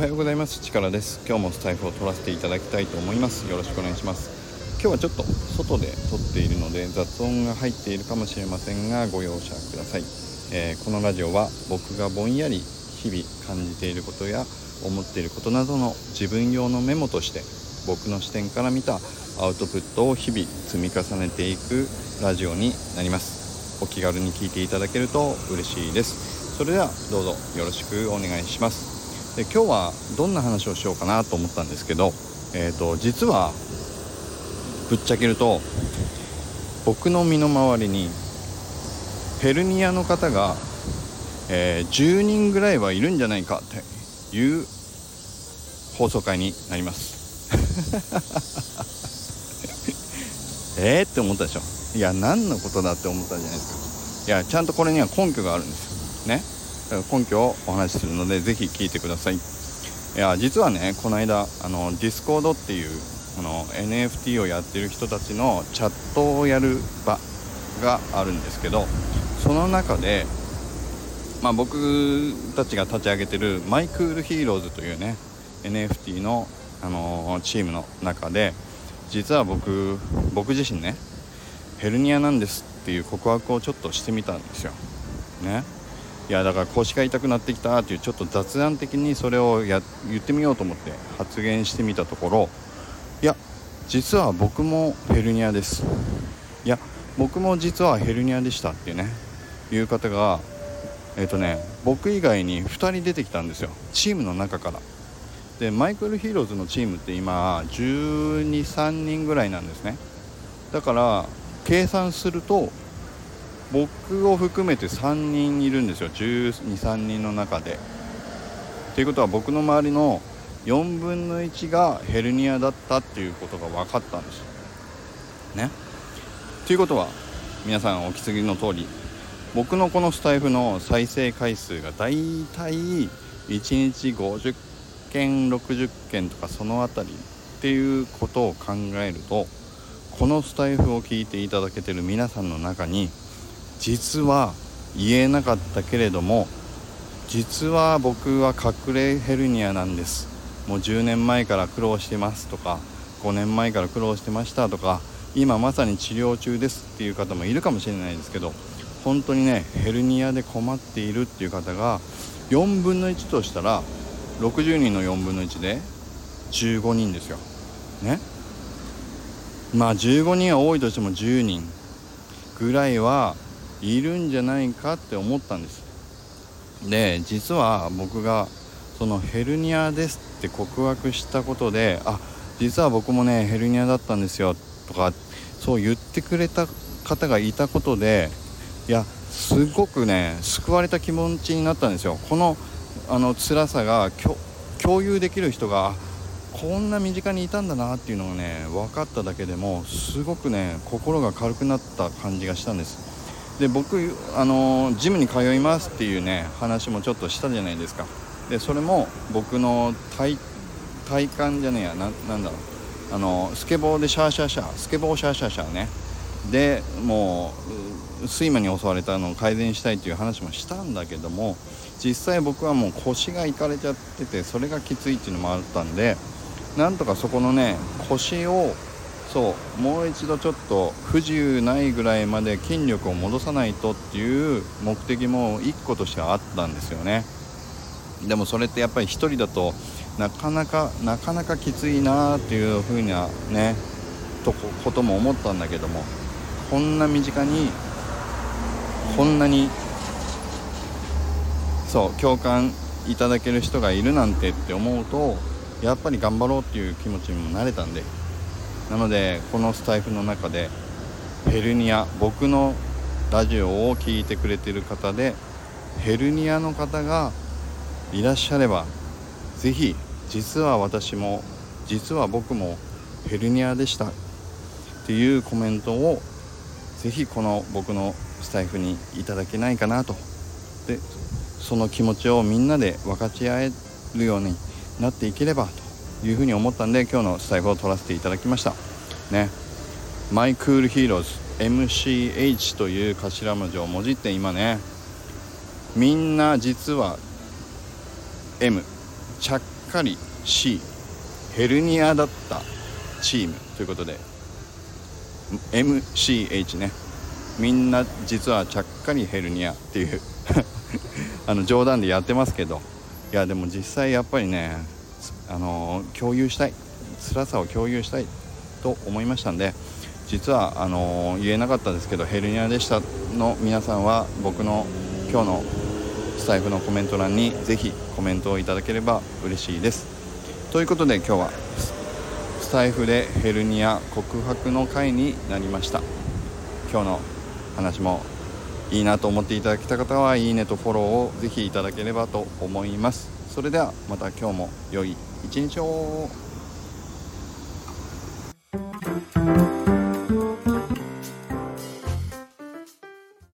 はようございます。力です。今日もスタイフを撮らせていただきたいと思います。よろしくお願いします。今日はちょっと外で撮っているので雑音が入っているかもしれませんがご容赦ください。このラジオは僕がぼんやり日々感じていることや思っていることなどの自分用のメモとして僕の視点から見たアウトプットを日々積み重ねていくラジオになります。お気軽に聞いていただけると嬉しいです。それではどうぞよろしくお願いします。で、今日はどんな話をしようかなと思ったんですけど、実はぶっちゃけると僕の身の回りにヘルニアの方が、10人ぐらいはいるんじゃないかっていう放送回になりますって思ったでしょ。いや、何のことだって思ったじゃないですか。いや、ちゃんとこれには根拠があるんですよね。だから根拠をお話しするのでぜひ聞いてください。いや、実はね、この間ディスコードっていうNFT をやってる人たちのチャットをやる場があるんですけど、その中で、僕たちが立ち上げてるマイクールヒーローズというね NFT の、チームの中で、実は僕自身ねヘルニアなんですっていう告白をちょっとしてみたんですよね。いや、だから腰が痛くなってきたっていうちょっと雑談的にそれを言ってみようと思って発言してみたところ、いや実は僕もヘルニアです、いや僕も実はヘルニアでしたっていう方が僕以外に2人出てきたんですよ、チームの中から。で、マイクルヒーローズのチームって今12、3人ぐらいなんですね。だから計算すると僕を含めて3人いるんですよ、12、3人の中で。ということは僕の周りの4分の1がヘルニアだったっていうことが分かったんですね。ということは皆さんお気づきの通り、僕のこのスタイフの再生回数がだいたい1日50件60件とかそのあたりっていうことを考えると、このスタイフを聞いていただけてる皆さんの中に、実は言えなかったけれども実は僕は隠れヘルニアなんです、もう10年前から苦労してますとか、5年前から苦労してましたとか、今まさに治療中ですっていう方もいるかもしれないですけど、本当にねヘルニアで困っているっていう方が4分の1としたら60人の4分の1で15人ですよね。15人は多いとしても10人ぐらいはいるんじゃないかって思ったんです。で、実は僕がそのヘルニアですって告白したことで、実は僕もねヘルニアだったんですよとかそう言ってくれた方がいたことで、いやすごくね救われた気持ちになったんですよ。この辛さが共有できる人がこんな身近にいたんだなっていうのがね分かっただけでもすごくね心が軽くなった感じがしたんです。で、僕ジムに通いますっていうね話もちょっとしたじゃないですか。で、それも僕の体感じゃねえやなんだろう、スケボーでスケボーシャーシャーシャーねでもう睡魔に襲われたのを改善したいという話もしたんだけども、実際僕はもう腰がいかれちゃっててそれがきついっていうのもあったんで、なんとかそこのね腰をもう一度ちょっと不自由ないぐらいまで筋力を戻さないとっていう目的も一個としてはあったんですよね。でもそれってやっぱり一人だとなかなかきついなっていう風なねことも思ったんだけども、こんな身近にこんなに共感いただける人がいるなんてって思うと、やっぱり頑張ろうっていう気持ちにもなれたんで、なのでこのスタイフの中でヘルニア、僕のラジオを聞いてくれている方でヘルニアの方がいらっしゃれば、ぜひ実は僕もヘルニアでしたっていうコメントをぜひこの僕のスタイフにいただけないかなと。で、その気持ちをみんなで分かち合えるようになっていければというふうに思ったんで、今日のスタイフを取らせていただきましたね。マイクールヒーローズ MCH という頭文字をもじって今ね、みんな実は M ちゃっかかり C ヘルニアだったチームということで MCH ね、みんな実はちゃっかりヘルニアっていう冗談でやってますけど、いやでも実際やっぱりね、共有したい、辛さを共有したいと思いましたんで、実は言えなかったですけどヘルニアでしたの皆さんは僕の今日のスタイフのコメント欄にぜひコメントをいただければ嬉しいです。ということで今日はスタイフでヘルニア告白の回になりました。今日の話もいいなと思っていただけた方はいいねとフォローをぜひいただければと思います。それではまた今日も良い一日を。